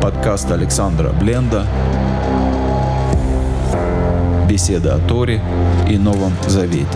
Подкаст Александра Бленда. Беседы о Торе и Новом Завете.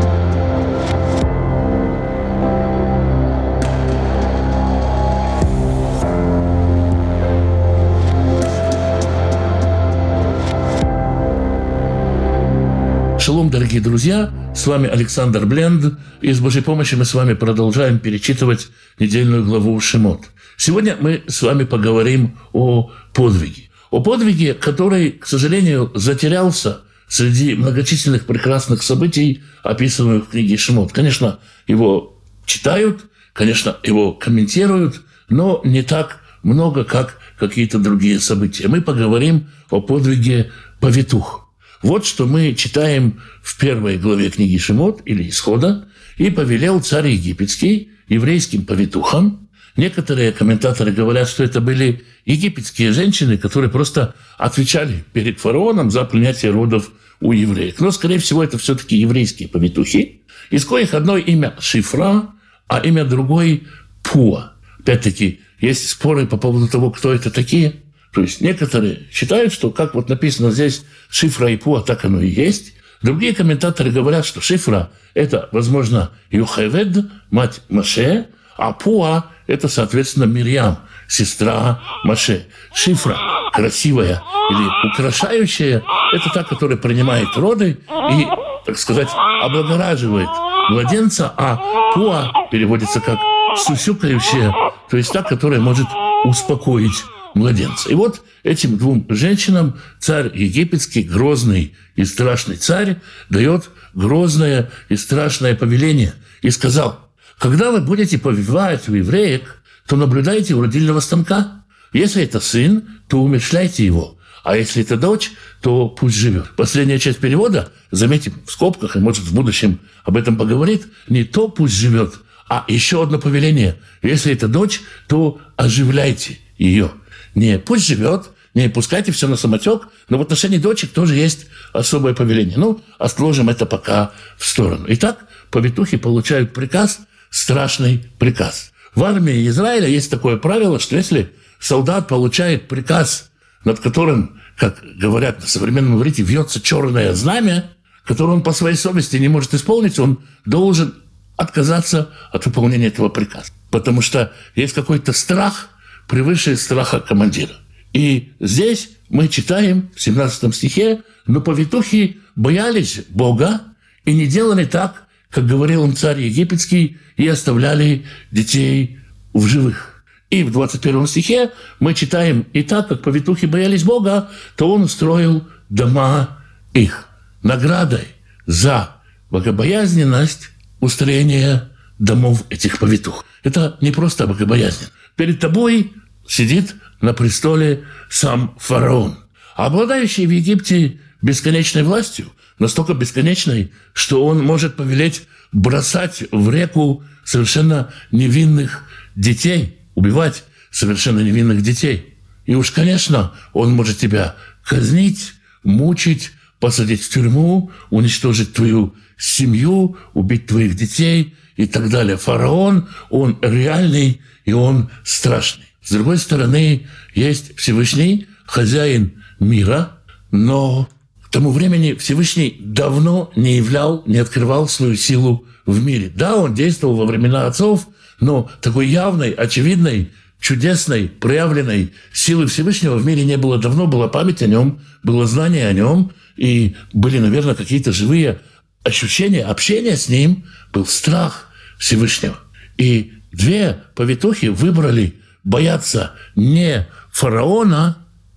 Шалом, дорогие друзья! С вами Александр Бленд, и с Божьей помощью мы с вами продолжаем перечитывать недельную главу Шемот. Сегодня мы с вами поговорим о подвиге. О подвиге, который, к сожалению, затерялся среди многочисленных прекрасных событий, описанных в книге Шемот. Конечно, его читают, конечно, его комментируют, но не так много, как какие-то другие события. Мы поговорим о подвиге повитух. Вот что мы читаем в первой главе книги Шемот или Исхода. «И повелел царь египетский еврейским повитухам». Некоторые комментаторы говорят, что это были египетские женщины, которые просто отвечали перед фараоном за принятие родов у евреев. Но, скорее всего, это все-таки еврейские повитухи, из коих одно имя Шифра, а имя другой Пуа. Опять-таки, есть споры по поводу того, кто это такие. То есть некоторые считают, что, как вот написано здесь, Шифра и Пуа, так оно и есть. Другие комментаторы говорят, что Шифра – это, возможно, Йохевед, мать Моше, а Пуа – это, соответственно, Мирьям, сестра Моше. Шифра – красивая или украшающая – это та, которая принимает роды и, так сказать, облагораживает младенца, а Пуа переводится как сусюкающая, то есть та, которая может успокоить младенца. И вот этим двум женщинам царь египетский, грозный и страшный царь, дает грозное и страшное повеление. И сказал: когда вы будете повивать у евреек, то наблюдайте у родильного станка. Если это сын, то умерщвляйте его. А если это дочь, то пусть живет. Последняя часть перевода, заметим в скобках, и, может, в будущем об этом поговорит, не то пусть живет, а еще одно повеление. Если это дочь, то оживляйте ее. Не пусть живет, не пускайте все на самотек, но в отношении дочек тоже есть особое повеление. Ну, отложим это пока в сторону. Итак, повитухи получают приказ, страшный приказ. В армии Израиля есть такое правило, что если солдат получает приказ, над которым, как говорят на современном иврите, вьется черное знамя, которое он по своей совести не может исполнить, он должен отказаться от выполнения этого приказа. Потому что есть какой-то страх превыше страха командира. И здесь мы читаем в 17 стихе: «Но повитухи боялись Бога и не делали так, как говорил им царь египетский, и оставляли детей в живых». И в 21 стихе мы читаем: «И так, как повитухи боялись Бога, то он устроил дома их». Наградой за богобоязненность устроение домов этих повитух. Это не просто богобоязнь. Перед тобой сидит на престоле сам фараон, обладающий в Египте бесконечной властью, настолько бесконечной, что он может повелеть бросать в реку совершенно невинных детей, убивать совершенно невинных детей. И уж, конечно, он может тебя казнить, мучить, посадить в тюрьму, уничтожить твою семью, убить твоих детей и так далее. Фараон, он реальный и он страшный. С другой стороны, есть Всевышний, хозяин мира, но к тому времени Всевышний давно не открывал свою силу в мире. Да, он действовал во времена отцов, но такой явной, очевидной, чудесной, проявленной силы Всевышнего в мире не было давно. Была память о нем, было знание о нем, и были, наверное, какие-то живые ощущения, общение с ним, был страх Всевышнего. И две повитухи выбрали бояться не фараона,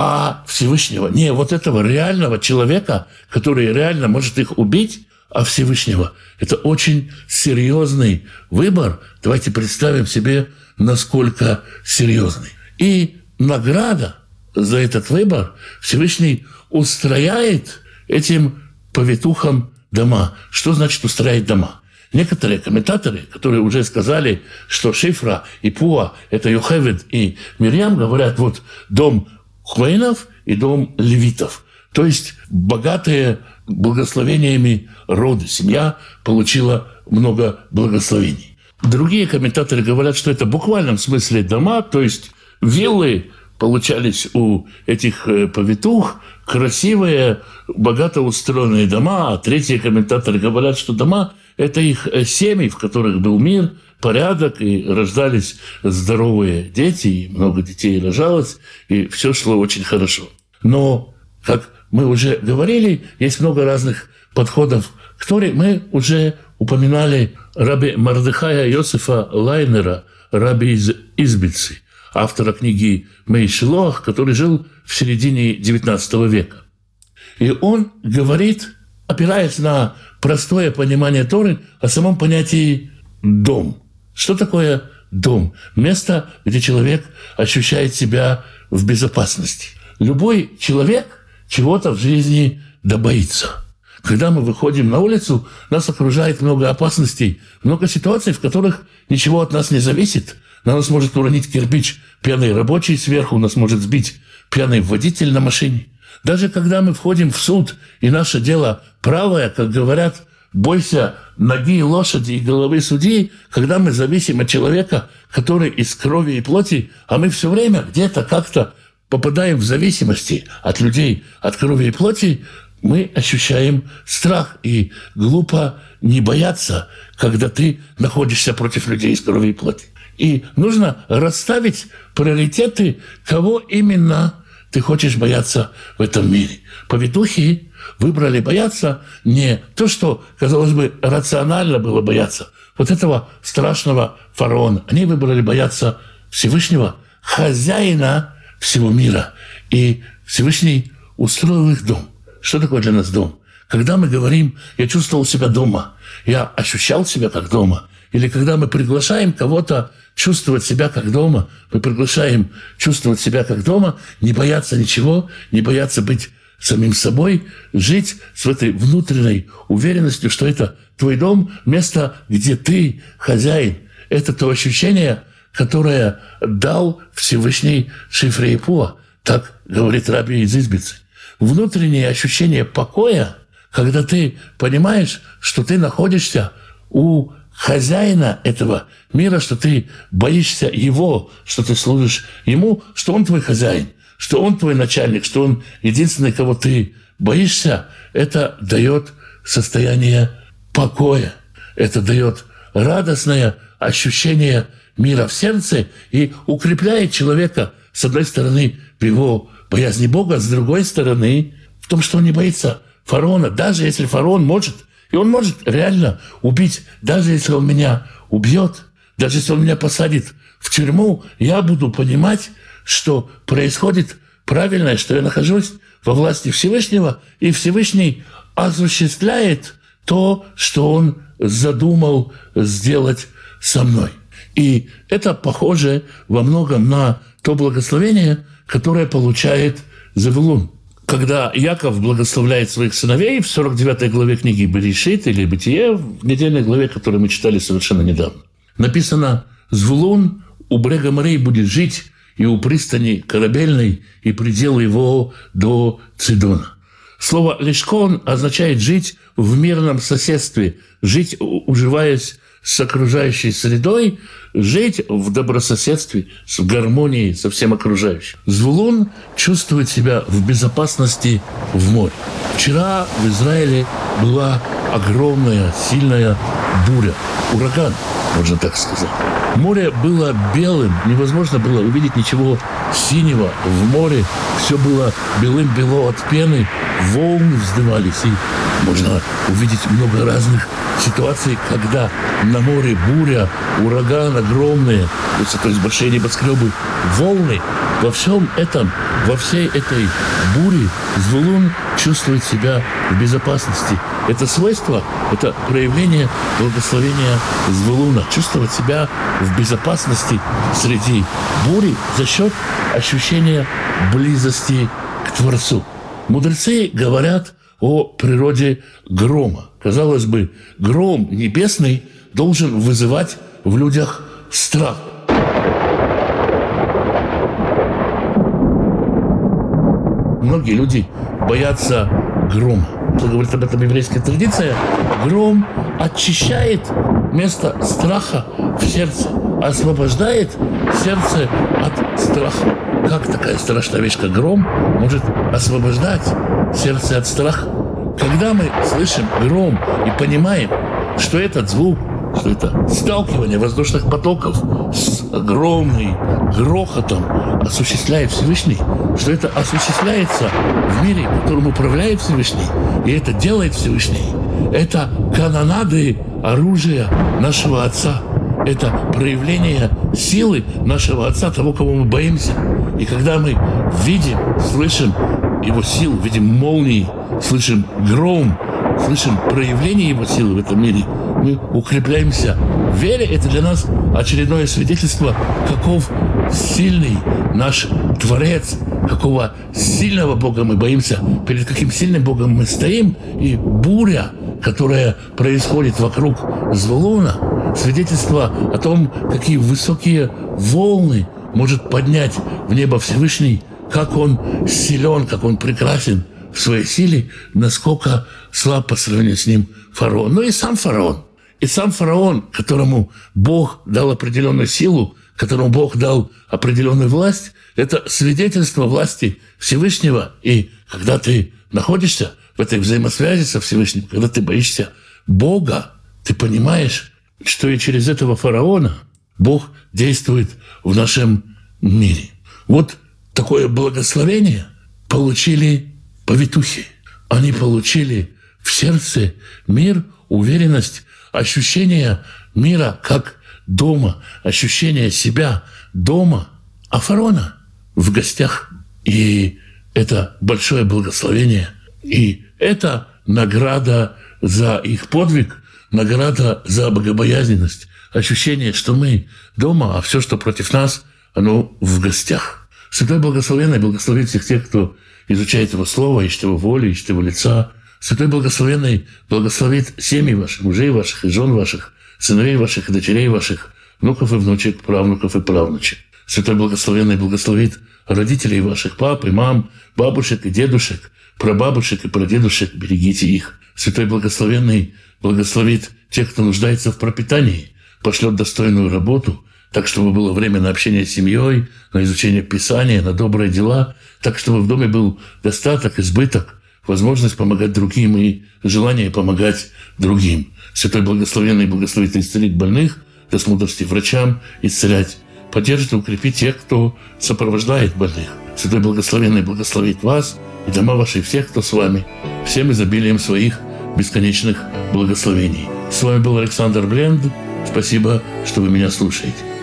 а Всевышнего. Не вот этого реального человека, который реально может их убить, а Всевышнего. Это очень серьезный выбор. Давайте представим себе, насколько серьезный. И награда за этот выбор Всевышний устрояет этим повитухам дома. Что значит устроять дома? Некоторые комментаторы, которые уже сказали, что Шифра и Пуа – это Йохевед и Мирьям, говорят, вот дом коэнов и дом левитов. То есть богатые благословениями роды. Семья получила много благословений. Другие комментаторы говорят, что это в буквальном смысле дома, то есть виллы, получались у этих повитух красивые, богато устроенные дома, а третьи комментаторы говорят, что дома – это их семьи, в которых был мир, порядок, и рождались здоровые дети, и много детей рожалось, и все шло очень хорошо. Но, как мы уже говорили, есть много разных подходов к Торе. Мы уже упоминали раби Мордехая Йосефа Лайнера, раби из Избицы, автора книги Мей Шилох, который жил в середине XIX века. И он говорит, опираясь на простое понимание Торы, о самом понятии «дом». Что такое дом? Место, где человек ощущает себя в безопасности. Любой человек чего-то в жизни боится. Когда мы выходим на улицу, нас окружает много опасностей, много ситуаций, в которых ничего от нас не зависит. На нас может уронить кирпич пьяный рабочий сверху, нас может сбить пьяный водитель на машине. Даже когда мы входим в суд, и наше дело правое, как говорят, бойся ноги лошади и головы судьи, когда мы зависим от человека, который из крови и плоти, а мы все время где-то как-то попадаем в зависимости от людей, от крови и плоти, мы ощущаем страх. И глупо не бояться, когда ты находишься против людей из крови и плоти. И нужно расставить приоритеты, кого именно ты хочешь бояться в этом мире. Повитухи выбрали бояться не то, что, казалось бы, рационально было бояться, вот этого страшного фараона. Они выбрали бояться Всевышнего, хозяина всего мира. И Всевышний устроил их дом. Что такое для нас дом? Когда мы говорим «я чувствовал себя дома», «я ощущал себя как дома», или когда мы приглашаем кого-то чувствовать себя как дома, мы приглашаем чувствовать себя как дома, не бояться ничего, не бояться быть самим собой, жить с этой внутренней уверенностью, что это твой дом, место, где ты хозяин. Это то ощущение, которое дал Всевышний Шифрей Пуа. Так говорит раби из Избицы. Внутреннее ощущение покоя, когда ты понимаешь, что ты находишься у хозяина этого мира, что ты боишься его, что ты служишь ему, что он твой хозяин, что он твой начальник, что он единственный, кого ты боишься, это дает состояние покоя. Это дает радостное ощущение мира в сердце и укрепляет человека, с одной стороны, в его боязни Бога, с другой стороны, в том, что он не боится фараона, даже если фараон может, и он может реально убить, даже если он меня убьет, даже если он меня посадит в тюрьму, я буду понимать, что происходит правильное, что я нахожусь во власти Всевышнего, и Всевышний осуществляет то, что он задумал сделать со мной. И это похоже во многом на то благословение, которое получает Завулун. Когда Яков благословляет своих сыновей в 49 главе книги Берешит или Бытие, в недельной главе, которую мы читали совершенно недавно, написано: «Звулун у брега морей будет жить, и у пристани корабельной, и предел его до Цидона». Слово «лишкон» означает жить в мирном соседстве, жить, уживаясь с окружающей средой, жить в добрососедстве, в гармонии со всем окружающим. Звулун чувствует себя в безопасности в море. Вчера в Израиле была огромная, сильная буря, ураган, можно так сказать. Море было белым, невозможно было увидеть ничего синего в море. Все было белым-бело от пены, волны вздымались, и можно увидеть много разных ситуаций, когда на море буря, ураган огромные, то есть большие небоскребы, волны. Во всем этом, во всей этой буре Звулун чувствует себя в безопасности. Это свойство, это проявление благословения Звулуна. Чувствовать себя в безопасности среди бури за счет ощущения близости к Творцу. Мудрецы говорят о природе грома. Казалось бы, гром небесный должен вызывать в людях страх. Многие люди боятся грома. Что говорит об этом еврейская традиция, гром очищает место страха в сердце. освобождает сердце от страха. Как такая страшная вещь, как гром, может освобождать сердце от страха? Когда мы слышим гром и понимаем, что этот звук, что это сталкивание воздушных потоков с огромным грохотом осуществляет Всевышний, что это осуществляется в мире, которым управляет Всевышний, и это делает Всевышний. Это канонады оружия нашего Отца. Это проявление силы нашего Отца, того, кого мы боимся. И когда мы видим, слышим Его силу, видим молнии, слышим гром, слышим проявление Его силы в этом мире, мы укрепляемся в вере. Это для нас очередное свидетельство, каков сильный наш Творец, какого сильного Бога мы боимся, перед каким сильным Богом мы стоим. И буря, которая происходит вокруг Звулуна, свидетельство о том, какие высокие волны может поднять в небо Всевышний, как он силен, как он прекрасен в своей силе, насколько слаб по сравнению с ним фараон. Но и сам фараон, которому Бог дал определенную силу, которому Бог дал определенную власть, это свидетельство власти Всевышнего. И когда ты находишься в этой взаимосвязи со Всевышним, когда ты боишься Бога, ты понимаешь, что и через этого фараона Бог действует в нашем мире. Вот такое благословение получили повитухи. Они получили в сердце мир, уверенность, ощущение мира как дома, ощущение себя дома, а фараона в гостях. И это большое благословение. И это награда за их подвиг, награда за богобоязненность. Ощущение, что мы дома, а все, что против нас, оно в гостях. Святой Благословенный благословит всех тех, кто изучает Его Слово, ищет Его воли, ищет Его лица. Святой Благословенный благословит семьи ваших, мужей ваших и жен ваших, сыновей ваших и дочерей ваших, внуков и внучек, правнуков и правнучек. Святой Благословенный благословит родителей ваших, пап и мам, бабушек и дедушек, прабабушек и прадедушек, берегите их. Святой Благословенный благословит тех, кто нуждается в пропитании, пошлет достойную работу, так, чтобы было время на общение с семьей, на изучение Писания, на добрые дела, так, чтобы в доме был достаток, избыток, возможность помогать другим и желание помогать другим. Святой Благословенный благословит исцелить больных, даст мудрости врачам исцелять, поддержит и укрепит тех, кто сопровождает больных. Святой Благословенный благословит вас и дома ваши, всех, кто с вами, всем изобилием своих бесконечных благословений. С вами был Александр Бленд. Спасибо, что вы меня слушаете.